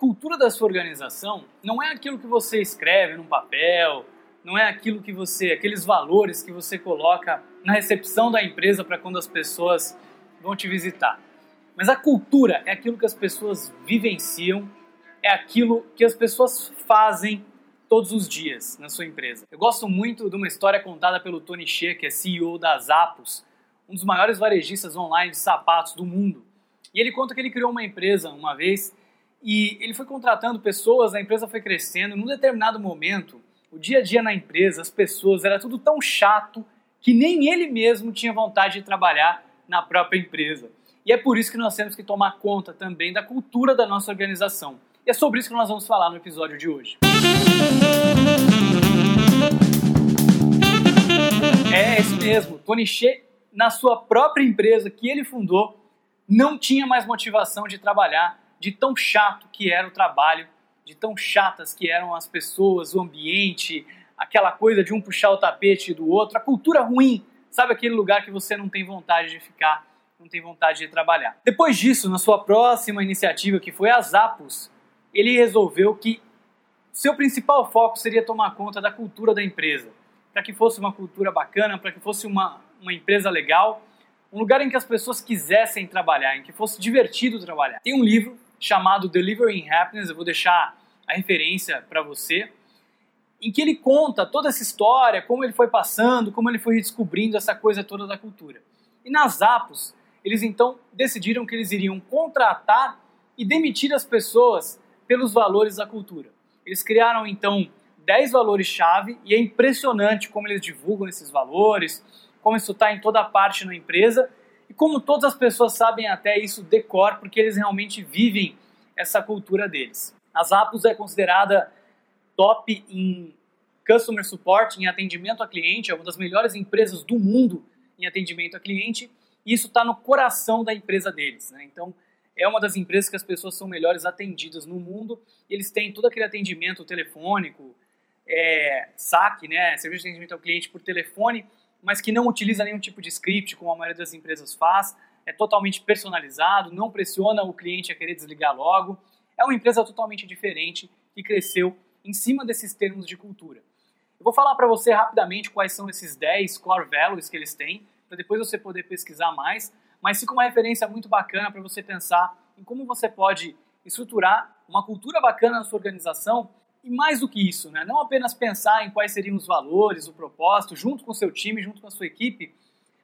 cultura da sua organização não é aquilo que você escreve num papel, não é aquilo que aqueles valores que você coloca na recepção da empresa para quando as pessoas vão te visitar. Mas a cultura é aquilo que as pessoas vivenciam, é aquilo que as pessoas fazem todos os dias na sua empresa. Eu gosto muito de uma história contada pelo Tony Hsieh, que é CEO da Zappos, um dos maiores varejistas online de sapatos do mundo. E ele conta que ele criou uma empresa uma vez e ele foi contratando pessoas, a empresa foi crescendo, e num determinado momento, o dia a dia na empresa, as pessoas, era tudo tão chato que nem ele mesmo tinha vontade de trabalhar na própria empresa. E é por isso que nós temos que tomar conta também da cultura da nossa organização. E é sobre isso que nós vamos falar no episódio de hoje. É isso mesmo, Tony Hsieh, na sua própria empresa que ele fundou, não tinha mais motivação de trabalhar, de tão chato que era o trabalho, de tão chatas que eram as pessoas, o ambiente, aquela coisa de um puxar o tapete do outro, a cultura ruim, sabe aquele lugar que você não tem vontade de ficar, não tem vontade de trabalhar. Depois disso, na sua próxima iniciativa, que foi a Zappos, ele resolveu que seu principal foco seria tomar conta da cultura da empresa, para que fosse uma cultura bacana, para que fosse uma empresa legal, um lugar em que as pessoas quisessem trabalhar, em que fosse divertido trabalhar. Tem um livro chamado Delivering Happiness, eu vou deixar a referência para você, em que ele conta toda essa história, como ele foi passando, como ele foi redescobrindo essa coisa toda da cultura. E nas Zappos, eles então decidiram que eles iriam contratar e demitir as pessoas pelos valores da cultura. Eles criaram então 10 valores-chave e é impressionante como eles divulgam esses valores, como isso está em toda parte na empresa e como todas as pessoas sabem até isso de cor, porque eles realmente vivem essa cultura deles. A Zappos é considerada top em Customer Support, em atendimento a cliente, é uma das melhores empresas do mundo em atendimento a cliente, e isso está no coração da empresa deles, né? Então, é uma das empresas que as pessoas são melhores atendidas no mundo, e eles têm todo aquele atendimento telefônico, saque, né, serviço de atendimento ao cliente por telefone, mas que não utiliza nenhum tipo de script, como a maioria das empresas faz, é totalmente personalizado, não pressiona o cliente a querer desligar logo, é uma empresa totalmente diferente que cresceu em cima desses termos de cultura. Eu vou falar para você rapidamente quais são esses 10 core values que eles têm, para depois você poder pesquisar mais, mas fica uma referência muito bacana para você pensar em como você pode estruturar uma cultura bacana na sua organização e mais do que isso, né? Não apenas pensar em quais seriam os valores, o propósito, junto com o seu time, junto com a sua equipe,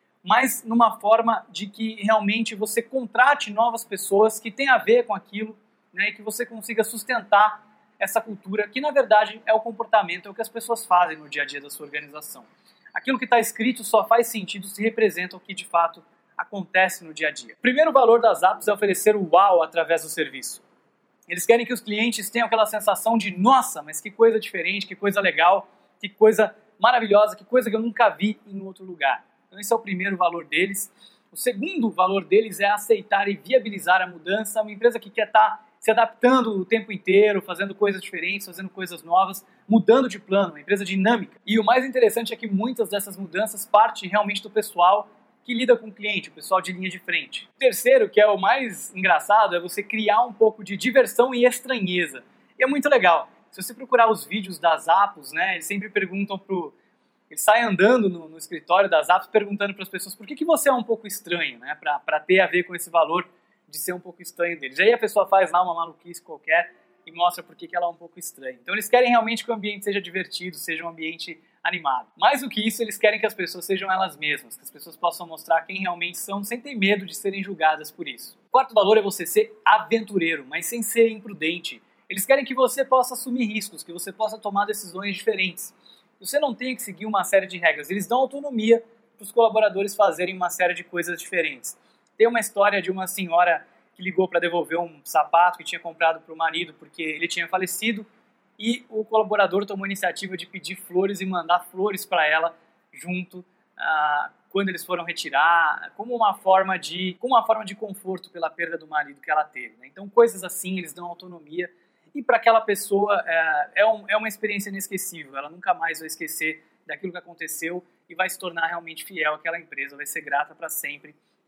mas numa forma de que realmente você contrate novas pessoas que tenham a ver com aquilo, né? E que você consiga sustentar essa cultura, que na verdade é o comportamento, é o que as pessoas fazem no dia a dia da sua organização. Aquilo que está escrito só faz sentido se representa o que de fato acontece no dia a dia. O primeiro valor das Zappos é oferecer o uau através do serviço. Eles querem que os clientes tenham aquela sensação de nossa, mas que coisa diferente, que coisa legal, que coisa maravilhosa, que coisa que eu nunca vi em outro lugar. Então esse é o primeiro valor deles. O segundo valor deles é aceitar e viabilizar a mudança. Uma empresa que quer estar se adaptando o tempo inteiro, fazendo coisas diferentes, fazendo coisas novas, mudando de plano, uma empresa dinâmica. E o mais interessante é que muitas dessas mudanças partem realmente do pessoal que lida com o cliente, o pessoal de linha de frente. O terceiro, que é o mais engraçado, é você criar um pouco de diversão e estranheza. E é muito legal. Se você procurar os vídeos das Zappos, né, eles sempre perguntam eles saem andando no escritório das Zappos perguntando para as pessoas por que você é um pouco estranho, né, para ter a ver com esse valor de ser um pouco estranho deles. Aí a pessoa faz lá uma maluquice qualquer e mostra por que ela é um pouco estranha. Então eles querem realmente que o ambiente seja divertido, seja um ambiente animado. Mais do que isso, eles querem que as pessoas sejam elas mesmas, que as pessoas possam mostrar quem realmente são, sem ter medo de serem julgadas por isso. O quarto valor é você ser aventureiro, mas sem ser imprudente. Eles querem que você possa assumir riscos, que você possa tomar decisões diferentes. Você não tem que seguir uma série de regras. Eles dão autonomia para os colaboradores fazerem uma série de coisas diferentes. Tem uma história de uma senhora que ligou para devolver um sapato que tinha comprado para o marido porque ele tinha falecido e o colaborador tomou a iniciativa de pedir flores e mandar flores para ela junto quando eles foram retirar, como uma forma de conforto pela perda do marido que ela teve, né? Então coisas assim, eles dão autonomia e para aquela pessoa é uma experiência inesquecível, ela nunca mais vai esquecer daquilo que aconteceu e vai se tornar realmente fiel àquela empresa, vai ser grata para sempre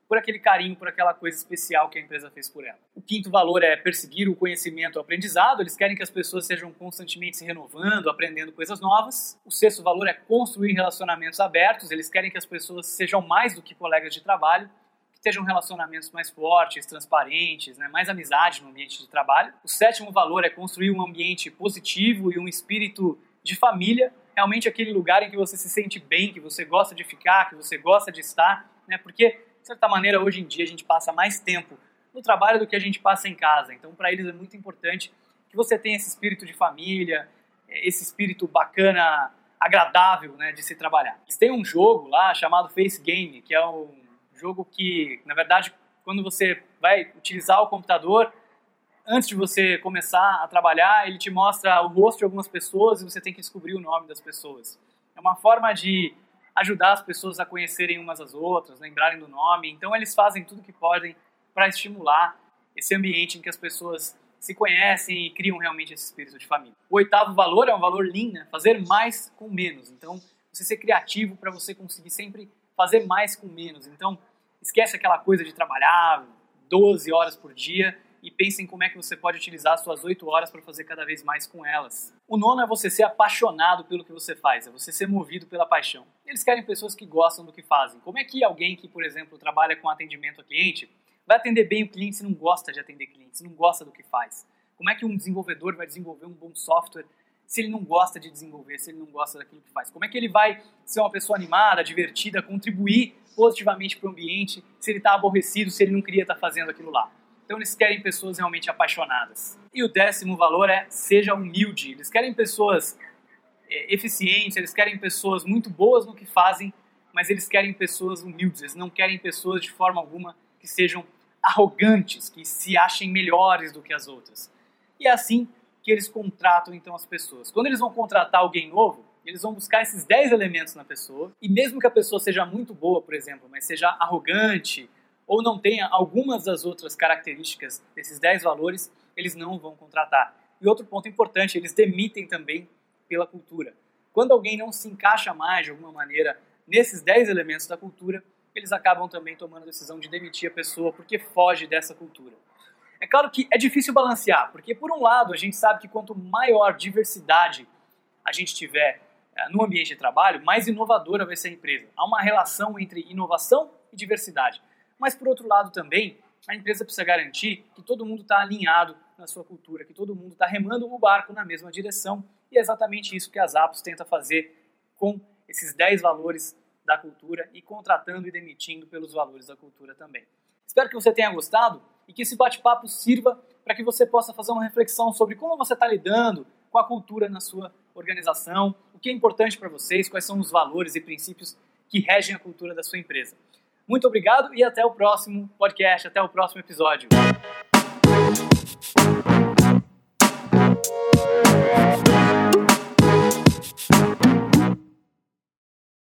por aquele carinho, por aquela coisa especial que a empresa fez por ela. O quinto valor é perseguir o conhecimento e o aprendizado. Eles querem que as pessoas sejam constantemente se renovando, aprendendo coisas novas. O sexto valor é construir relacionamentos abertos. Eles querem que as pessoas sejam mais do que colegas de trabalho, que tenham relacionamentos mais fortes, transparentes, né, mais amizade no ambiente de trabalho. O sétimo valor é construir um ambiente positivo e um espírito de família, realmente aquele lugar em que você se sente bem, que você gosta de ficar, que você gosta de estar, né, porque de certa maneira, hoje em dia, a gente passa mais tempo no trabalho do que a gente passa em casa. Então, para eles é muito importante que você tenha esse espírito de família, esse espírito bacana, agradável, né, de se trabalhar. Eles têm um jogo lá chamado Face Game, que é um jogo que, na verdade, quando você vai utilizar o computador, antes de você começar a trabalhar, ele te mostra o rosto de algumas pessoas e você tem que descobrir o nome das pessoas. É uma forma de ajudar as pessoas a conhecerem umas às outras, lembrarem do nome. Então eles fazem tudo que podem para estimular esse ambiente em que as pessoas se conhecem e criam realmente esse espírito de família. O oitavo valor é um valor lean, né? Fazer mais com menos. Então, você ser criativo para você conseguir sempre fazer mais com menos. Então, esquece aquela coisa de trabalhar 12 horas por dia e pense em como é que você pode utilizar as suas 8 horas para fazer cada vez mais com elas. O nono é você ser apaixonado pelo que você faz, é você ser movido pela paixão. Eles querem pessoas que gostam do que fazem. Como é que alguém que, por exemplo, trabalha com atendimento ao cliente vai atender bem o cliente se não gosta de atender clientes, se não gosta do que faz? Como é que um desenvolvedor vai desenvolver um bom software se ele não gosta de desenvolver, se ele não gosta daquilo que faz? Como é que ele vai ser uma pessoa animada, divertida, contribuir positivamente para o ambiente se ele está aborrecido, se ele não queria estar fazendo aquilo lá? Então eles querem pessoas realmente apaixonadas. E o 10º valor é seja humilde. Eles querem pessoas eficientes, eles querem pessoas muito boas no que fazem, mas eles querem pessoas humildes. Eles não querem pessoas de forma alguma que sejam arrogantes, que se achem melhores do que as outras. E é assim que eles contratam então as pessoas. Quando eles vão contratar alguém novo, eles vão buscar esses 10 elementos na pessoa, e mesmo que a pessoa seja muito boa, por exemplo, mas seja arrogante, ou não tenha algumas das outras características desses 10 valores, eles não vão contratar. E outro ponto importante, eles demitem também pela cultura. Quando alguém não se encaixa mais, de alguma maneira, nesses 10 elementos da cultura, eles acabam também tomando a decisão de demitir a pessoa porque foge dessa cultura. É claro que é difícil balancear, porque por um lado a gente sabe que quanto maior diversidade a gente tiver no ambiente de trabalho, mais inovadora vai ser a empresa. Há uma relação entre inovação e diversidade. Mas, por outro lado, também, a empresa precisa garantir que todo mundo está alinhado na sua cultura, que todo mundo está remando o barco na mesma direção, e é exatamente isso que a Zappos tenta fazer com esses 10 valores da cultura e contratando e demitindo pelos valores da cultura também. Espero que você tenha gostado e que esse bate-papo sirva para que você possa fazer uma reflexão sobre como você está lidando com a cultura na sua organização, o que é importante para vocês, quais são os valores e princípios que regem a cultura da sua empresa. Muito obrigado e até o próximo podcast, até o próximo episódio.